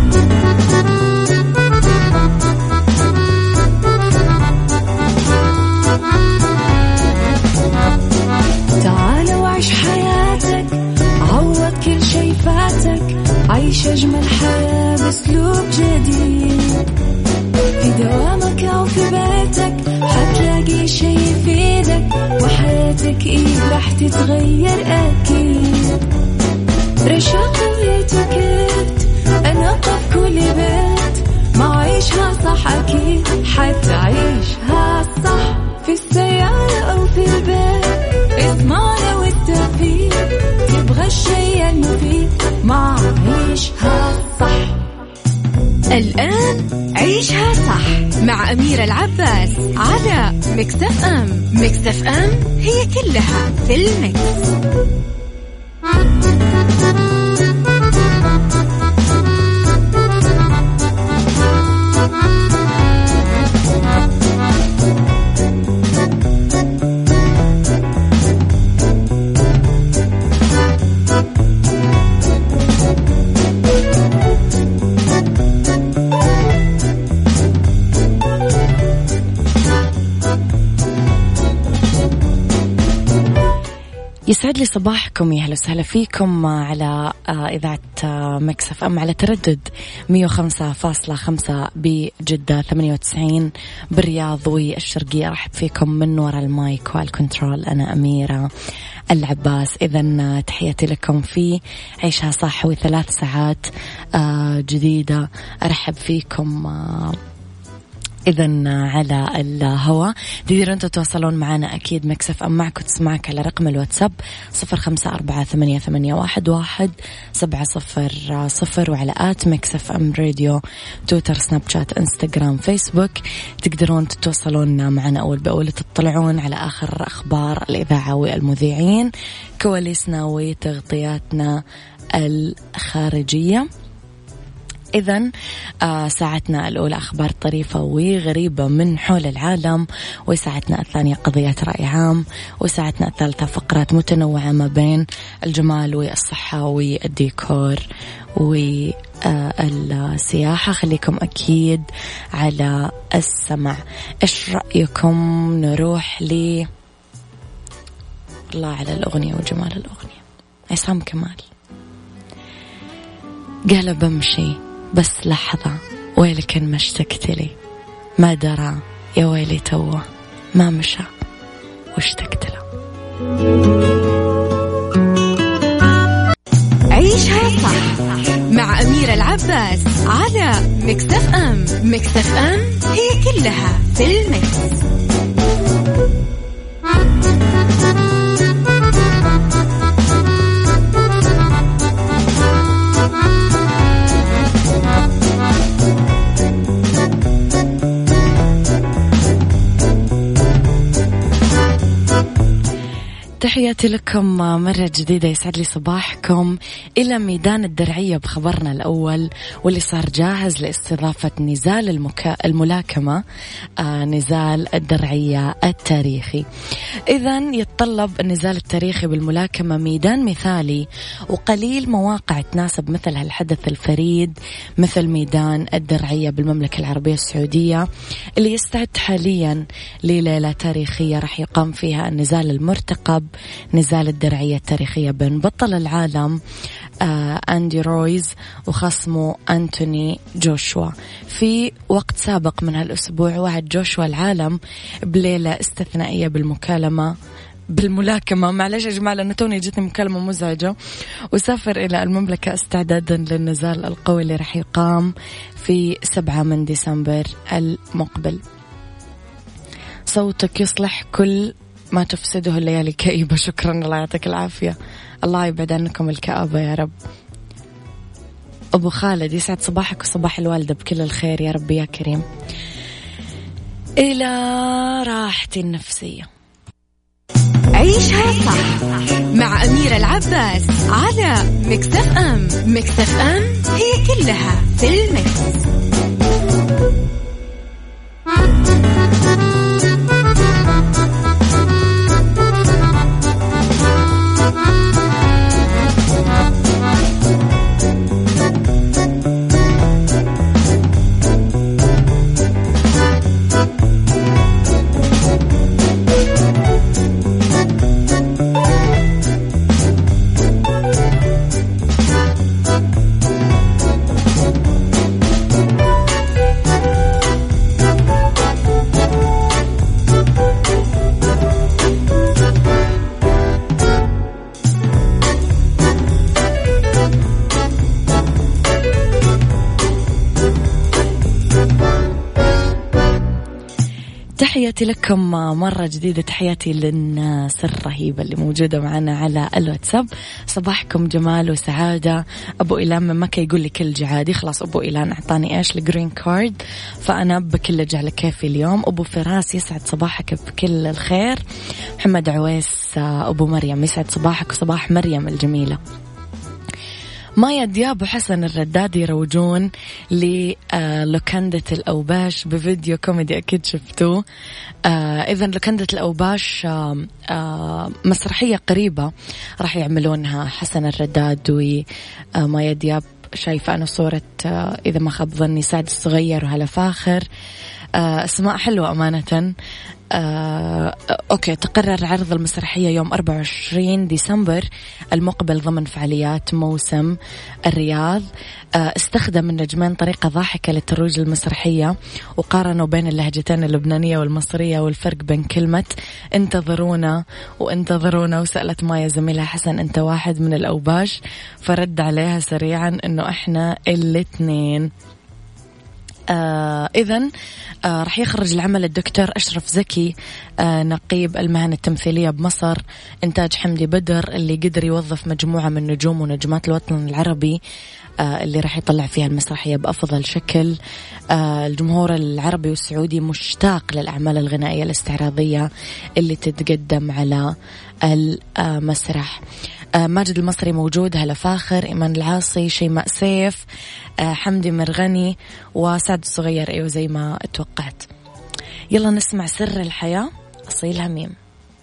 تعال وعيش حياتك، عوض كل شي فاتك، عيش أجمل حياة بأسلوب جديد. في دوامك أو في بيتك حتلاقي شي يفيدك، وحياتك إيه راح تتغير أكيد. رشاق ويتوكيت أنا قف كل بيت، ما عيشها صح أكيد حتعيشها صح. في السيارة أو في البيت اسمعنا والتوفيق، تبغى الشيء المفيد ما عيشها صح. الآن عيشها صح مع أميرة العباس على ميكس اف ام. ميكس اف ام هي كلها في الميكس. يسعد لي صباحكم، يا هلا وسهلا فيكم على إذاعة ميكس اف ام على تردد 105.5 بجدة، 98 بالرياض والشرقية. أرحب فيكم من وراء المايك والكنترول، أنا أميرة العباس. إذن تحياتي لكم في عيشها صح، و3 ساعات جديدة. أرحب فيكم إذن على الهواء. تقدرون تتواصلون معنا أكيد. ميكس اف ام معك وتسمعك على رقم الواتساب 0548811700 وعلى آت ميكس اف ام راديو، تويتر، سناب شات، انستغرام، فيسبوك. تقدرون تتواصلون معنا أول بأول، تطلعون على آخر أخبار الإذاعة والمذيعين، كواليسنا وتغطياتنا الخارجية. إذن ساعتنا الأولى أخبار طريفة وغريبة من حول العالم، وساعتنا الثانية قضيات رأي عام، وساعتنا الثالثة فقرات متنوعة ما بين الجمال والصحة والديكور والسياحة. خليكم أكيد على السمع. إيش رأيكم نروح الله على الأغنية وجمال الأغنية. عصام كمال قال بمشي بس لحظة، ويلكن ما اشتقت لي، ما درى يا ويلي توه ما مشى واشتقت له. عيشها صح مع أميرة العباس على ميكس اف ام. ميكس اف ام هي كلها في الميكس. تحياتي لكم مرة جديدة، يسعد لي صباحكم. إلى ميدان الدرعية بخبرنا الأول، واللي صار جاهز لاستضافة نزال الملاكمة، نزال الدرعية التاريخي. إذن يتطلب النزال التاريخي بالملاكمة ميدان مثالي وقليل مواقع تناسب مثل هالحدث الفريد مثل ميدان الدرعية بالمملكة العربية السعودية، اللي يستعد حاليا لليلة تاريخية راح يقام فيها النزال المرتقب، نزال الدرعية التاريخية بين بطل العالم أندي رويز وخصمه أنتوني جوشوا. في وقت سابق من هالأسبوع وعد جوشوا العالم بليلة استثنائية بالملاكمة. معلش يا جماعة لأنه توني جتني مكالمة مزعجة. وسافر إلى المملكة استعدادا للنزال القوي اللي رح يقام في 7 من ديسمبر المقبل. صوتك يصلح كل ما تفسده الليالي كئيبة. شكرا، الله يعطيك العافية، الله يبعد عنكم الكآبة يا رب. أبو خالد يسعد صباحك وصباح الوالدة بكل الخير يا رب يا كريم. إلى راحتي النفسية. عيشها صح مع أميرة العباس على ميكس اف ام. ميكس اف ام هي كلها في الميكس. تحياتي لكم مرة جديدة، تحياتي للناس الرهيبة اللي موجودة معنا على الواتساب. صباحكم جمال وسعادة. أبو إيلان من مكة يقول لي كل جعادي. خلاص أبو إيلان أعطاني إيش الجرين كارد، فأنا بكل جعل كيفي اليوم. أبو فراس يسعد صباحك بكل الخير. محمد عويس أبو مريم يسعد صباحك وصباح مريم الجميلة. مايا دياب وحسن الرداد يروجون للوكندة الأوباش بفيديو كوميدي أكيد شفتوه. إذن لوكندة الأوباش مسرحية قريبة راح يعملونها حسن الرداد ومايا دياب. شايفة أنا صورة إذا ما خاب ظني سعد الصغير وهلا فاخر. اسماء حلوة أمانة. أوكي، تقرر عرض المسرحية يوم 24 ديسمبر المقبل ضمن فعاليات موسم الرياض. استخدم النجمين طريقة ضاحكة للترويج للمسرحية، وقارنوا بين اللهجتين اللبنانية والمصرية والفرق بين كلمة انتظرونا وانتظرونا. وسألت مايا زميلها حسن أنت واحد من الأوباش؟ فرد عليها سريعا أنه إحنا الاثنين. إذن رح يخرج العمل الدكتور أشرف زكي نقيب المهن التمثيلية بمصر، إنتاج حمدي بدر اللي قدر يوظف مجموعة من نجوم ونجمات الوطن العربي اللي رح يطلع فيها المسرحية بأفضل شكل. الجمهور العربي والسعودي مشتاق للأعمال الغنائية الاستعراضية اللي تتقدم على المسرح. ماجد المصري موجود، هلا فاخر، إيمان العاصي، شيماء سيف، حمدي مرغني وسعد الصغير. أيوة زي ما اتوقعت. يلا نسمع سر الحياة أصيل هميم.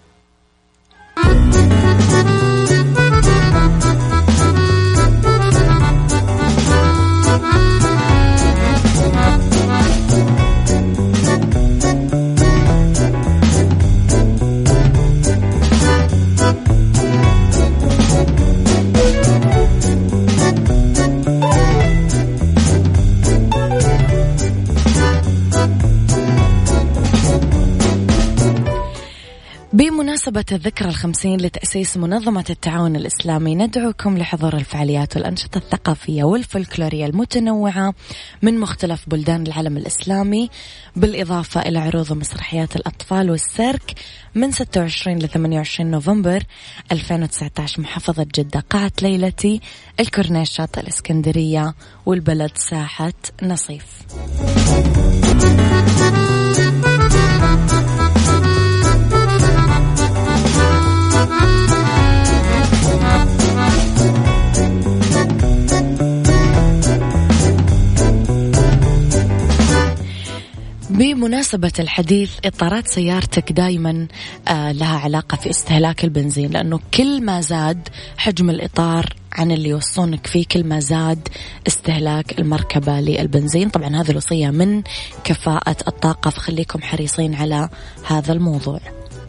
بمناسبة الذكرى 50 لتأسيس منظمة التعاون الإسلامي، ندعوكم لحضور الفعاليات والأنشطة الثقافية والفولكلورية المتنوعة من مختلف بلدان العالم الإسلامي، بالإضافة إلى عروض مسرحيات الأطفال والسيرك من 26 ل 28 نوفمبر 2019. محافظة جدة، قاعة ليلتي، الكورنيش، شاطئ الإسكندرية، والبلد ساحة نصيف. بمناسبة الحديث، إطارات سيارتك دايما لها علاقة في استهلاك البنزين، لأنه كل ما زاد حجم الإطار عن اللي يوصونك فيه كل ما زاد استهلاك المركبة للبنزين. طبعا هذه الوصية من كفاءة الطاقة، فخليكم حريصين على هذا الموضوع.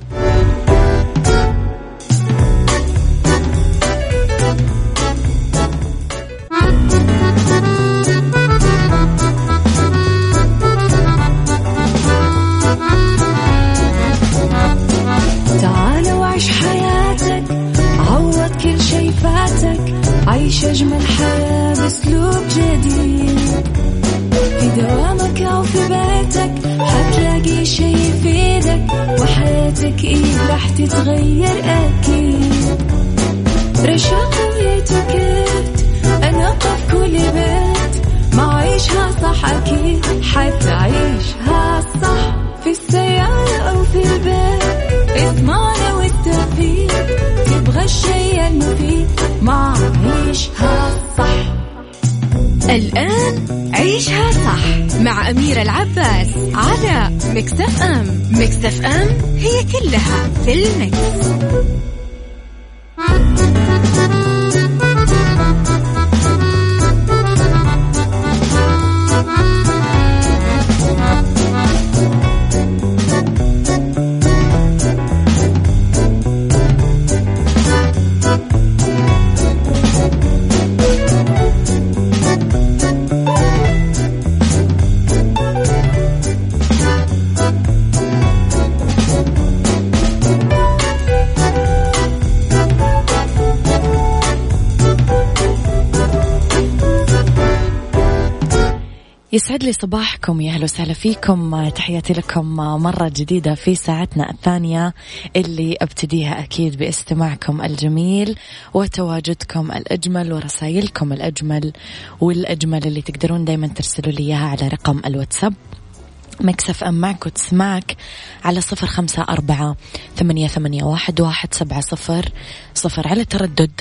عيش أجمل حياة بأسلوب جديد، في دوامك أو في بيتك حتلاقي شي يفيدك، وحياتك إيه راح تتغير أكيد. رشاق ويتوكيت أنا قف كل بيت، ما عيشها صح أكيد حتعيشها صح، في السيارة أو في البيت اسمعنا والتوفيق، تبغى الشيء المفيد ما عيشها صح. الآن عيشها صح مع أميرة العباس على ميكس اف ام. ميكس اف ام هي كلها في الميكس. يسعد لي صباحكم، يا أهلا وسهلا فيكم. تحياتي لكم مرة جديدة في ساعتنا الثانية اللي ابتديها أكيد باستماعكم الجميل وتواجدكم الأجمل ورسائلكم الأجمل والأجمل اللي تقدرون دايما ترسلوا لي إياها على رقم الواتساب مكسف أم معك وتسمعك على 0548811700 على تردد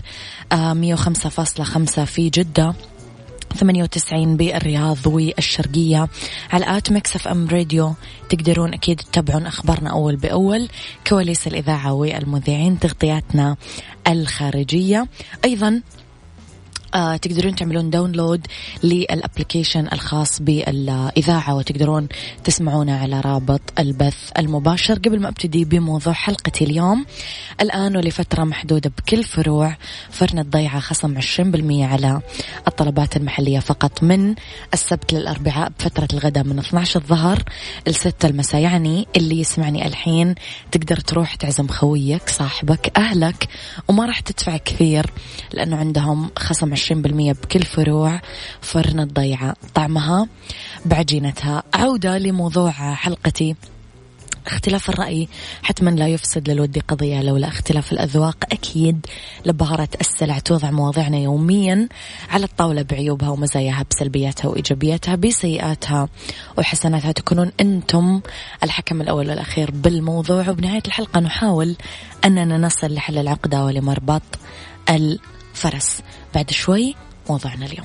105.5 في جدة، 98 بالرياض والشرقية، على آت مكسف أم راديو. تقدرون أكيد تتابعون أخبارنا أول بأول، كواليس الإذاعة والمذيعين، تغطياتنا الخارجية. أيضا تقدرون تعملون داونلود للأبليكيشن الخاص بالإذاعة وتقدرون تسمعونا على رابط البث المباشر. قبل ما أبتدي بموضوع حلقتي اليوم، الآن ولفترة محدودة بكل فروع فرن الضيعة خصم 20% على الطلبات المحلية فقط من السبت للأربعاء بفترة الغداء من 12 الظهر ل6 المساء. يعني اللي يسمعني الحين تقدر تروح تعزم خويك، صاحبك، أهلك، وما راح تدفع كثير لأنه عندهم خصم 20% بكل فروع فرن الضيعة، طعمها بعجينتها. عودة لموضوع حلقتي، اختلاف الرأي حتما لا يفسد للود قضية، لولا اختلاف الأذواق أكيد لبهارة السلع. توضع مواضيعنا يوميا على الطاولة بعيوبها ومزاياها، بسلبياتها وإيجابياتها، بسيئاتها وحسناتها. تكونون أنتم الحكم الأول والأخير بالموضوع، وبنهاية الحلقة نحاول أننا نصل لحل العقدة ولمربط الفرس. بعد شوي موضوعنا اليوم.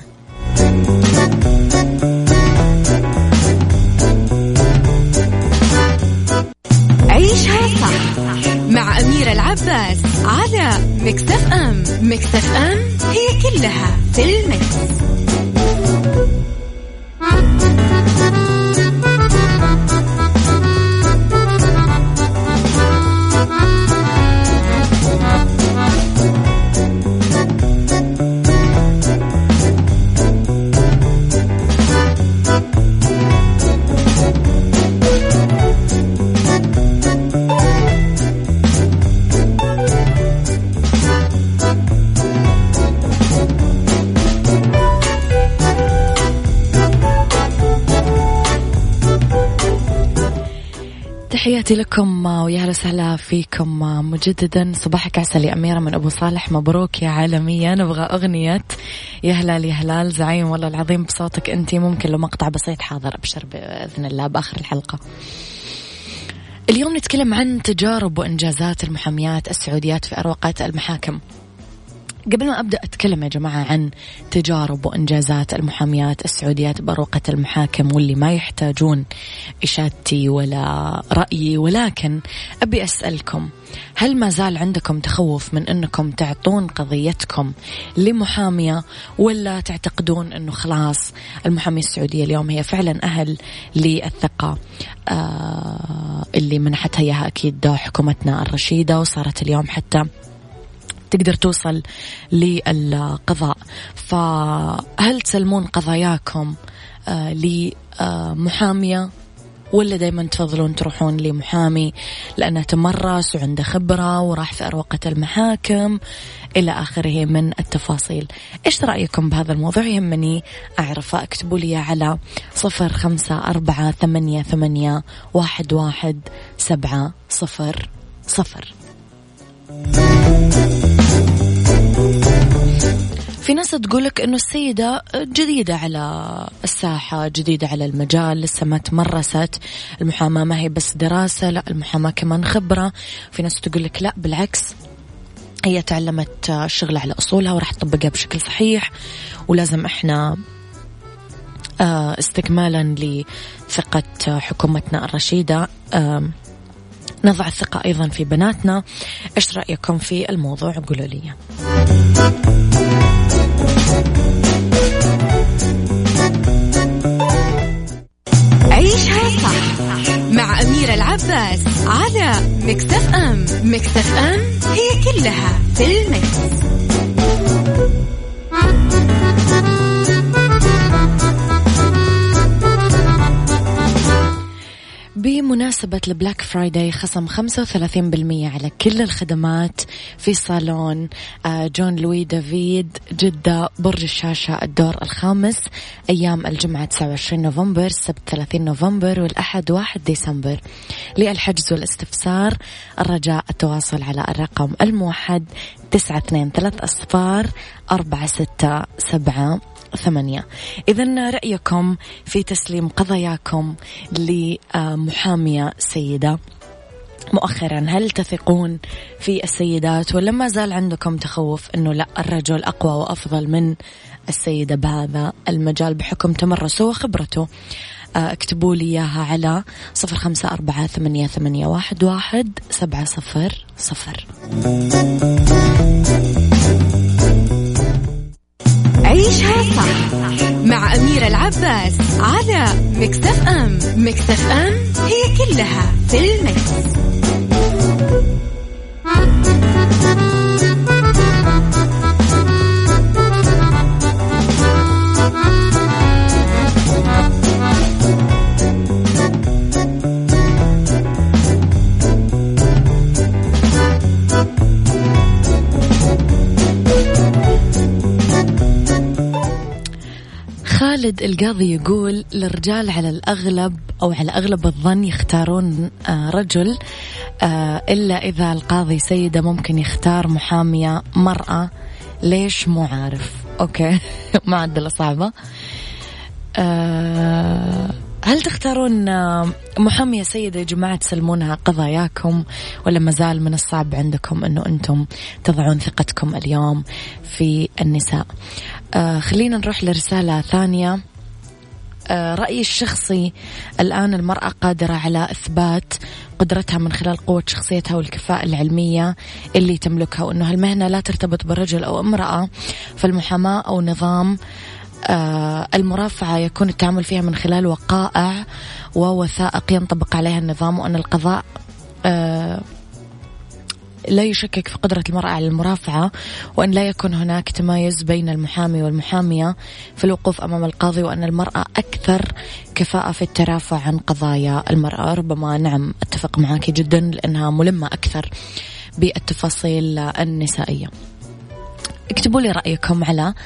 عيشها صح مع أميرة العباس على مكسف أم. مكسف أم هي كلها في المكس. تحياتي لكم ويا هلا وسهلا فيكم مجددا. صباحك عسل يا أميرة من أبو صالح، مبروك يا عالمية. نبغى أغنية يا هلال يا هلال زعيم والله العظيم بصوتك أنتي، ممكن لو مقطع بسيط حاضر، أبشر بإذن الله بآخر الحلقة. اليوم نتكلم عن تجارب وإنجازات المحاميات السعوديات في أروقة المحاكم. قبل ما أبدأ أتكلم يا جماعة عن تجارب وإنجازات المحاميات السعوديات بأروقة المحاكم واللي ما يحتاجون إشادتي ولا رأيي، ولكن أبي أسألكم، هل ما زال عندكم تخوف من أنكم تعطون قضيتكم لمحامية، ولا تعتقدون أنه خلاص المحامية السعودية اليوم هي فعلا أهل للثقة اللي منحتها إياها أكيد حكومتنا الرشيدة، وصارت اليوم حتى تقدر توصل للقضاء؟ فهل تسلمون قضاياكم لمحامية، ولا دايما تفضلون تروحون لمحامي لأنه تمرس وعنده خبرة وراح في أروقة المحاكم إلى آخره من التفاصيل؟ إيش رأيكم بهذا الموضوع؟ يهمني أعرف. اكتبوا لي على 0548811700. في ناس تقولك أنه السيدة جديدة على الساحة، جديدة على المجال، لسه ما تمرست. المحاماة ما هي بس دراسة، لا المحاماة كمان خبرة. في ناس تقولك لا بالعكس، هي تعلمت الشغل على أصولها وراح تطبقها بشكل صحيح، ولازم إحنا استكمالا لثقة حكومتنا الرشيدة نضع الثقة أيضا في بناتنا. إيش رأيكم في الموضوع؟ قولوا لي. عيشها صح مع أميرة العباس على مكسف أم. مكسف أم هي كلها في المكس. بمناسبة البلاك فرايداي خصم 35% على كل الخدمات في صالون جون لوي دافيد جدة برج الشاشة الدور الخامس أيام الجمعة 29 نوفمبر، السبت 30 نوفمبر، والأحد 1 ديسمبر. للحجز والاستفسار الرجاء التواصل على الرقم الموحد 923-4678. إذن رأيكم في تسليم قضاياكم لمحامية سيدة مؤخرا؟ هل تثقون في السيدات ولا ما زال عندكم تخوف أنه لا الرجل أقوى وأفضل من السيدة بهذا المجال بحكم تمرسه وخبرته؟ اكتبوا لي إياها على 0548811700. عيشها صح مع أميرة العباس على ميكس اف ام. ميكس اف ام هي كلها في الميكس. خالد القاضي يقول الرجال على الأغلب أو على أغلب الظن يختارون رجل، إلا إذا القاضي سيدة ممكن يختار محامية مرأة. ليش؟ مو عارف. أوكي معدلة صعبة. هل تختارون محامية سيدة يا جماعة تسلمونها قضاياكم، ولا مازال من الصعب عندكم أنه أنتم تضعون ثقتكم اليوم في النساء؟ خلينا نروح لرسالة ثانية. رأيي الشخصي الآن المرأة قادرة على إثبات قدرتها من خلال قوة شخصيتها والكفاءة العلمية اللي تملكها، وأنه هالمهنة لا ترتبط برجل أو امرأة. فالمحاماة أو نظام المرافعة يكون التعامل فيها من خلال وقائع ووثائق ينطبق عليها النظام، وأن القضاء لا يشكك في قدرة المرأة على المرافعة، وأن لا يكون هناك تمايز بين المحامي والمحامية في الوقوف أمام القاضي، وأن المرأة أكثر كفاءة في الترافع عن قضايا المرأة. ربما نعم أتفق معك جدا لأنها ملمة أكثر بالتفاصيل النسائية. اكتبوا لي رأيكم على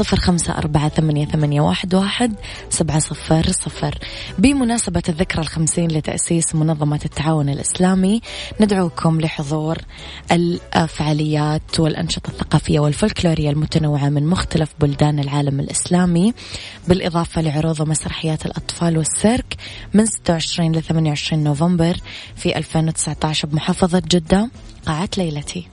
0548811700. بمناسبة الذكرى 50 لتأسيس منظمة التعاون الإسلامي، ندعوكم لحضور الفعاليات والأنشطة الثقافية والفولكلورية المتنوعة من مختلف بلدان العالم الإسلامي، بالإضافة لعروض ومسرحيات الأطفال والسيرك من 26 ل 28 نوفمبر في 2019 بمحافظة جدة، قاعة ليلتي.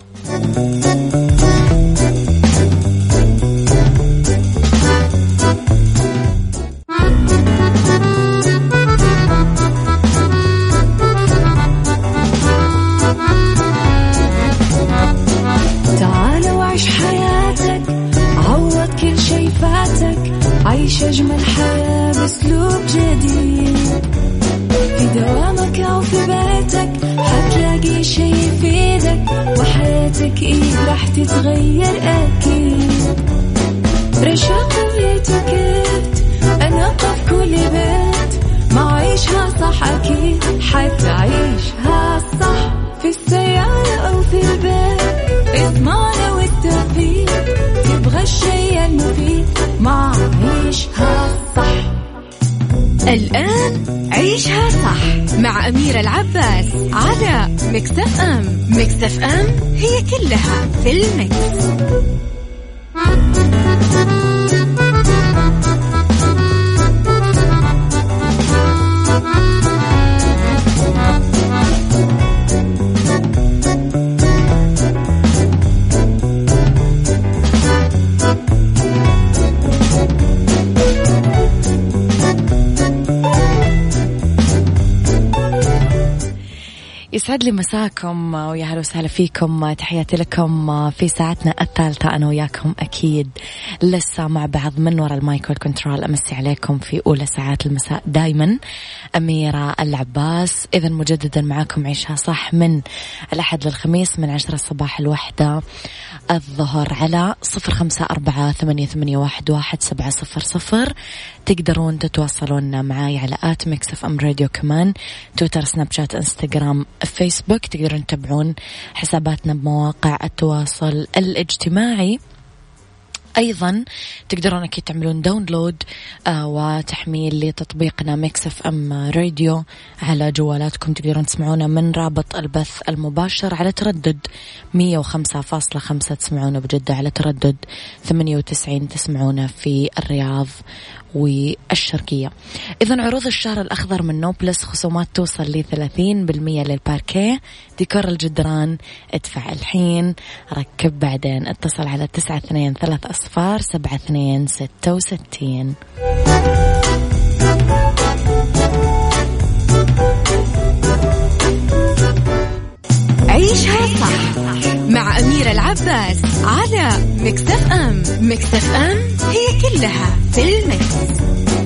تعال وعيش حياتك، عوض كل شي فاتك، عيش أجمل حياة بأسلوب جديد. في دوامك أو في بيتك حتلاقي شي يفيدك، وحياتك إيه راح تتغير أكيد. رشاق ويتوكيت أنا قف كل بيت، ما عيشها صح أكيد حتعيشها صح. في السيارة أو في البيت اسمعنا والتوفيق، تبغى الشي المفيد ما عيشها صح. الآن عيشها صح مع أميرة العباس على ميكس اف ام. ميكس اف ام هي كلها في الميكس. يسعد لي مساكم ويا هلا وسهلا فيكم. تحياتي لكم في ساعتنا الثالثة أنا وياكم أكيد لسه مع بعض من وراء المايك والكنترول. أمسي عليكم في أولى ساعات المساء دايما أميرة العباس. إذا مجددا معاكم عيشها صح من الأحد للخميس من 10 الصباح ل1 الظهر على 0548811700. تقدرون تتواصلون معاي على @mixfmradio كمان تويتر سناب شات انستغرام فيسبوك. تقدرون تتابعون حساباتنا بمواقع التواصل الاجتماعي. أيضا تقدرون أكيد تعملون داونلود وتحميل لتطبيقنا ميكس اف ام راديو على جوالاتكم. تقدرون تسمعونا من رابط البث المباشر على تردد 105.5 تسمعونا بجدة، على تردد 98 تسمعونا في الرياض والشرقية. إذن عروض الشهر الأخضر من نوبلس، خصومات توصل ل 30% للباركيه، ديكور الجدران، ادفع الحين ركب بعدين. اتصل على 9230 عيشها صح مع أميرة العباس على ميكس اف ام. ميكس اف ام هي كلها في الميكس.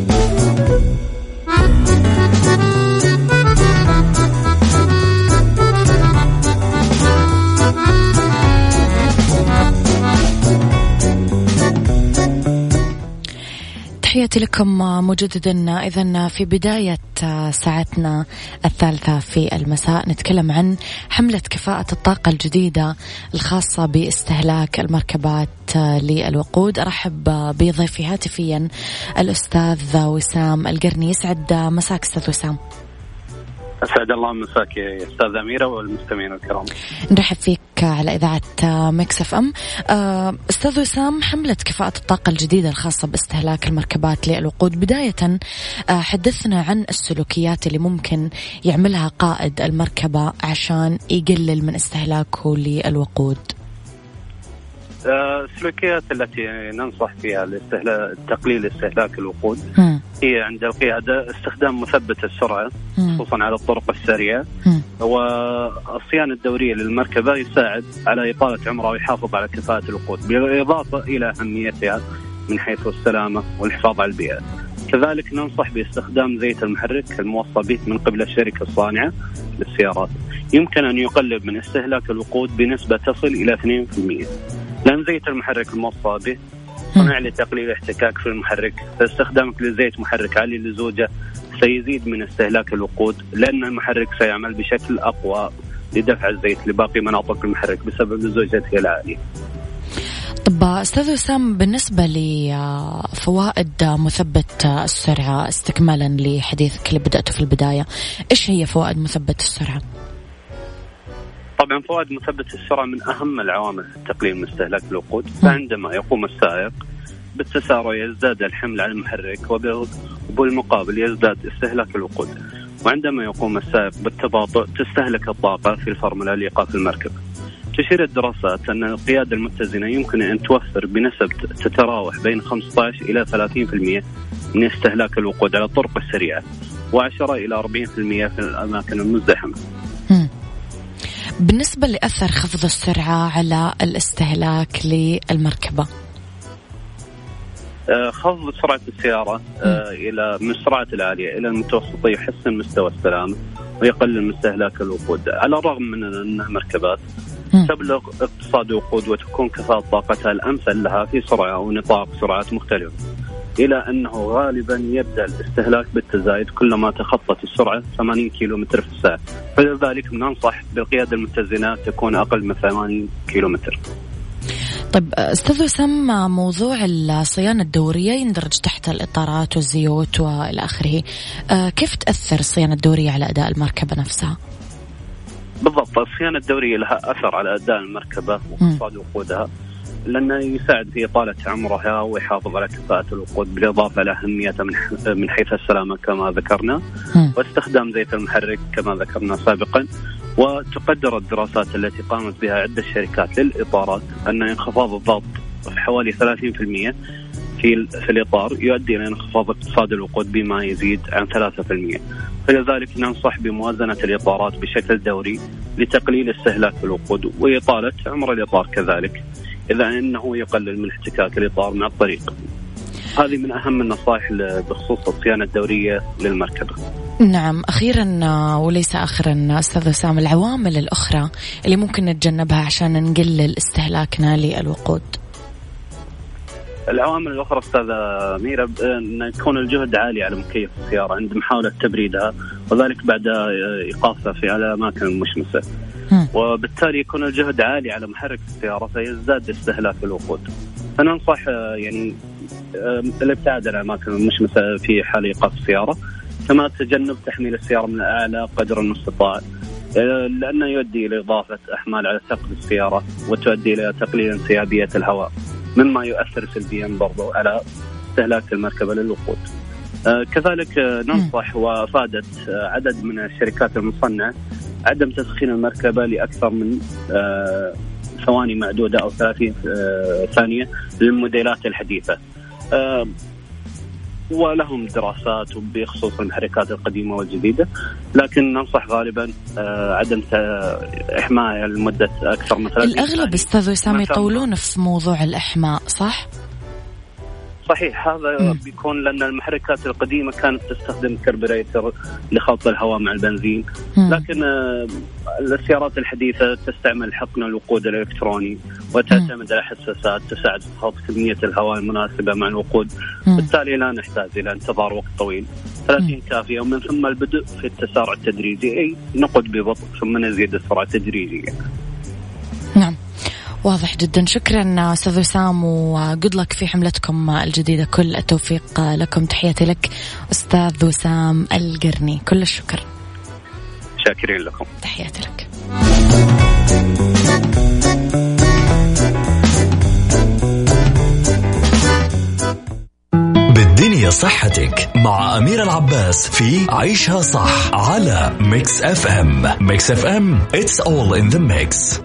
تحياتي لكم مجددا. إذن في بداية ساعتنا الثالثة في المساء نتكلم عن حملة كفاءة الطاقة الجديدة الخاصة باستهلاك المركبات للوقود. أرحب بضيفي هاتفيا الأستاذ وسام القرني. يسعد مساك أستاذ وسام. أسعد الله مساك يا أستاذ أميرة والمستمعين الكرام. نرحب فيك على إذاعة ميكس اف ام. أستاذ وسام، حملة كفاءة الطاقة الجديدة الخاصة باستهلاك المركبات للوقود، بداية حدثنا عن السلوكيات اللي ممكن يعملها قائد المركبة عشان يقلل من استهلاكه للوقود. السلوكيات التي ننصح فيها تقليل استهلاك الوقود هي عند القيادة استخدام مثبت السرعة خصوصا على الطرق السريعة، والصيانة الدورية للمركبة يساعد على إطالة عمرها ويحافظ على كفاءة الوقود، بالإضافة إلى أهميتها من حيث السلامة والحفاظ على البيئة. كذلك ننصح باستخدام زيت المحرك الموصى به من قبل الشركة الصانعة للسيارات، يمكن أن يقلل من استهلاك الوقود بنسبة تصل إلى 2%، لأن زيت المحرك الموصى به صنع لتقليل الاحتكاك في المحرك، فاستخدامك لزيت محرك عالي اللزوجة سيزيد من استهلاك الوقود، لأن المحرك سيعمل بشكل أقوى لدفع الزيت لباقي مناطق المحرك بسبب لزوجته العالية. طب أستاذ وسام، بالنسبة لفوائد مثبت السرعة، استكمالا لحديثك اللي بدأته في البداية، إيش هي فوائد مثبت السرعة؟ طبعا فوائد مثبت السرعة من أهم العوامل في تقليل من استهلاك الوقود. فعندما يقوم السائق بالتسارع يزداد الحمل على المحرك، وبالمقابل يزداد استهلاك الوقود. وعندما يقوم السائق بالتباطؤ تستهلك الطاقة في الفرملة لإيقاف المركبة. تشير الدراسات أن القيادة المتزنة يمكن أن توفر بنسب تتراوح بين 15 إلى 30% من استهلاك الوقود على الطرق السريعة، و10 إلى 40% في الأماكن المزدحمة. بالنسبة لأثر خفض السرعة على الاستهلاك للمركبة، خفض سرعة السيارة إلى من السرعات العالية إلى المتوسطة يحسن مستوى السلامة ويقلل من استهلاك الوقود، على الرغم من أن المركبات تبلغ اقتصاد وقود وتكون كفاءة طاقتها الأمثل لها في سرعة أو نطاق سرعات مختلفة، إلى أنه غالبا يبدأ الاستهلاك بالتزايد كلما تخطت السرعة 80 كيلومتر في الساعة، فلذلك ننصح بالقيادة المتزنة تكون أقل من 80 كيلومتر. طيب أستاذ وسام، موضوع الصيانة الدورية يندرج تحت الإطارات والزيوت وإلى آخره، كيف تأثر الصيانة الدورية على أداء المركبة نفسها؟ بالضبط، الصيانة الدورية لها أثر على أداء المركبة واقتصاد وقودها، لأنه يساعد في إطالة عمرها ويحافظ على كفاءة الوقود، بالإضافة إلى أهميتها من حيث السلامة كما ذكرنا، واستخدام زيت المحرك كما ذكرنا سابقا. وتقدر الدراسات التي قامت بها عدة شركات للإطارات أن انخفاض الضغط حوالي 30% في الإطار يؤدي إلى انخفاض اقتصاد الوقود بما يزيد عن 3%. فلذلك ننصح بموازنة الإطارات بشكل دوري لتقليل استهلاك الوقود وإطالة عمر الإطار كذلك، إذا أنه يقلل من احتكاك الإطار مع الطريق. هذه من أهم النصائح بخصوص الصيانة الدورية للمركبة. نعم، أخيرا وليس آخرا أستاذ وسام، العوامل الأخرى اللي ممكن نتجنبها عشان نقلل استهلاكنا للوقود. العوامل الأخرى أستاذة ميرا أن يكون الجهد عالي على مكيف السيارة عند محاولة تبريدها، وذلك بعد إيقافها في على الأماكن المشمسة، وبالتالي يكون الجهد عالي على محرك السيارة فيزداد استهلاك الوقود. فننصح يعني الابتعاد عن الأماكن المشمسة في حال إيقاف السيارة، كما تجنب تحميل السيارة من الأعلى قدر المستطاع، لأنه يؤدي إلى إضافة أحمال على سقف السيارة وتؤدي إلى تقليل انسيابية الهواء، مما يؤثر سلبيا برضو على استهلاك المركبة للوقود. كذلك ننصح وافادت عدد من الشركات المصنعة عدم تسخين المركبة لأكثر من ثواني معدودة أو 30 ثانية للموديلات الحديثة، ولهم دراسات بخصوص المحركات القديمة والجديدة، لكن ننصح غالبا عدم إحماء لمدة أكثر من 30 ثانية. الأغلب أستاذ وسام يطولون في موضوع الإحماء، صح؟ صحيح، هذا بيكون لأن المحركات القديمة كانت تستخدم كربوريتر لخلط الهواء مع البنزين، لكن السيارات الحديثة تستعمل حقن الوقود الإلكتروني وتعتمد على حساسات تساعد في خلط كمية الهواء المناسبة مع الوقود، بالتالي لا نحتاج إلى انتظار وقت طويل. 30 كافية، ومن ثم البدء في التسارع التدريجي، أي نقود ببطء ثم نزيد السرعة تدريجيا. نعم، واضح جدا. شكرا أستاذ وسام، وجود لك في حملتكم الجديدة، كل التوفيق لكم. تحياتي لك أستاذ وسام القرني، كل الشكر. شاكرين لكم، تحياتي لك. بالدنيا صحتك مع أمير العباس في عيشها صح على ميكس اف ام. ميكس اف ام it's all in the mix.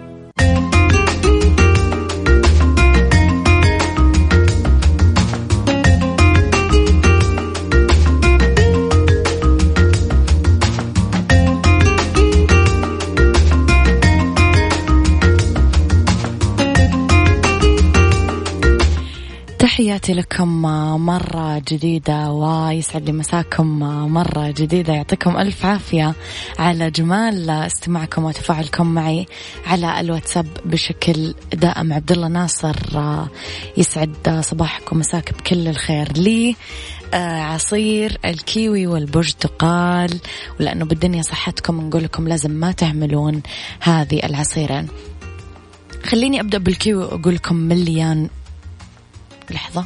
تحياتي لكم مرة جديدة، ويسعد لي مساكم مرة جديدة. يعطيكم ألف عافية على جمال استماعكم وتفاعلكم معي على الواتساب بشكل دائم. عبد الله ناصر يسعد صباحكم ومساك بكل الخير. لي عصير الكيوي والبرتقال، ولأنه بالدنيا صحتكم نقول لكم لازم ما تهملون هذه العصيرين. خليني أبدأ بالكيوي وأقول لكم مليان لحظة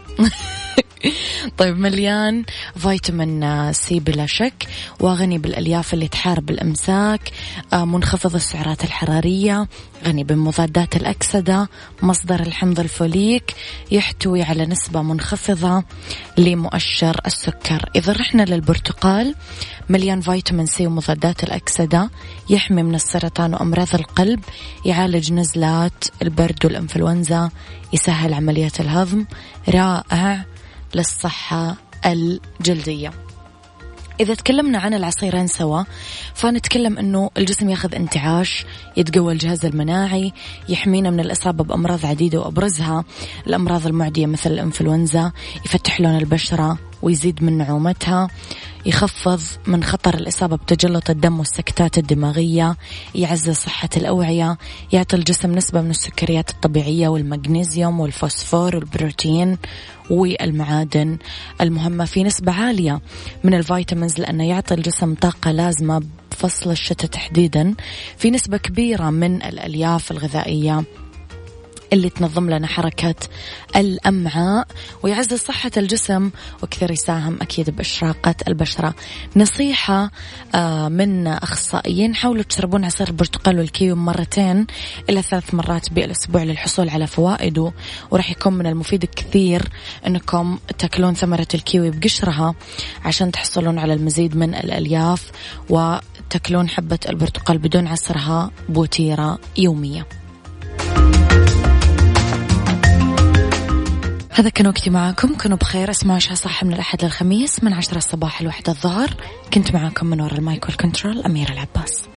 طيب، مليان فيتامين سي بلا شك، وغني بالألياف اللي تحارب الإمساك، منخفض السعرات الحرارية، غني بمضادات الأكسدة، مصدر الحمض الفوليك، يحتوي على نسبة منخفضة لمؤشر السكر. إذا رحنا للبرتقال، مليان فيتامين سي ومضادات الأكسدة، يحمي من السرطان وأمراض القلب، يعالج نزلات البرد والإنفلونزا، يسهل عملية الهضم، رائع للصحة الجلدية. إذا تكلمنا عن العصيرين سوا، فنتكلم أنه الجسم ياخذ انتعاش، يتقوى الجهاز المناعي، يحمينا من الإصابة بأمراض عديدة وأبرزها الأمراض المعدية مثل الإنفلونزا، يفتح لون البشرة ويزيد من نعومتها، يخفض من خطر الإصابة بتجلط الدم والسكتات الدماغية، يعزز صحة الأوعية، يعطي الجسم نسبة من السكريات الطبيعية والمغنيسيوم والفوسفور والبروتين والمعادن المهمة، في نسبة عالية من الفيتامينز، لأنه يعطي الجسم طاقة لازمة بفصل الشتاء تحديدا، في نسبة كبيرة من الألياف الغذائية اللي تنظم لنا حركة الأمعاء ويعزز صحة الجسم، وكثير يساهم أكيد بإشراقة البشرة. نصيحة من أخصائيين: حاولوا تشربون عصير البرتقال والكيوي 2 إلى 3 مرات بالأسبوع للحصول على فوائده، ورح يكون من المفيد كثير أنكم تأكلون ثمرة الكيوي بقشرها عشان تحصلون على المزيد من الألياف، وتأكلون حبة البرتقال بدون عصرها بوتيرة يومية. هذا كان وقتي معاكم، كنوا بخير. اسمعوا عيشها صح من الأحد للخميس من 10 الصباح ل1 الظهر. كنت معاكم من وراء المايك والكنترول أميرة العباس.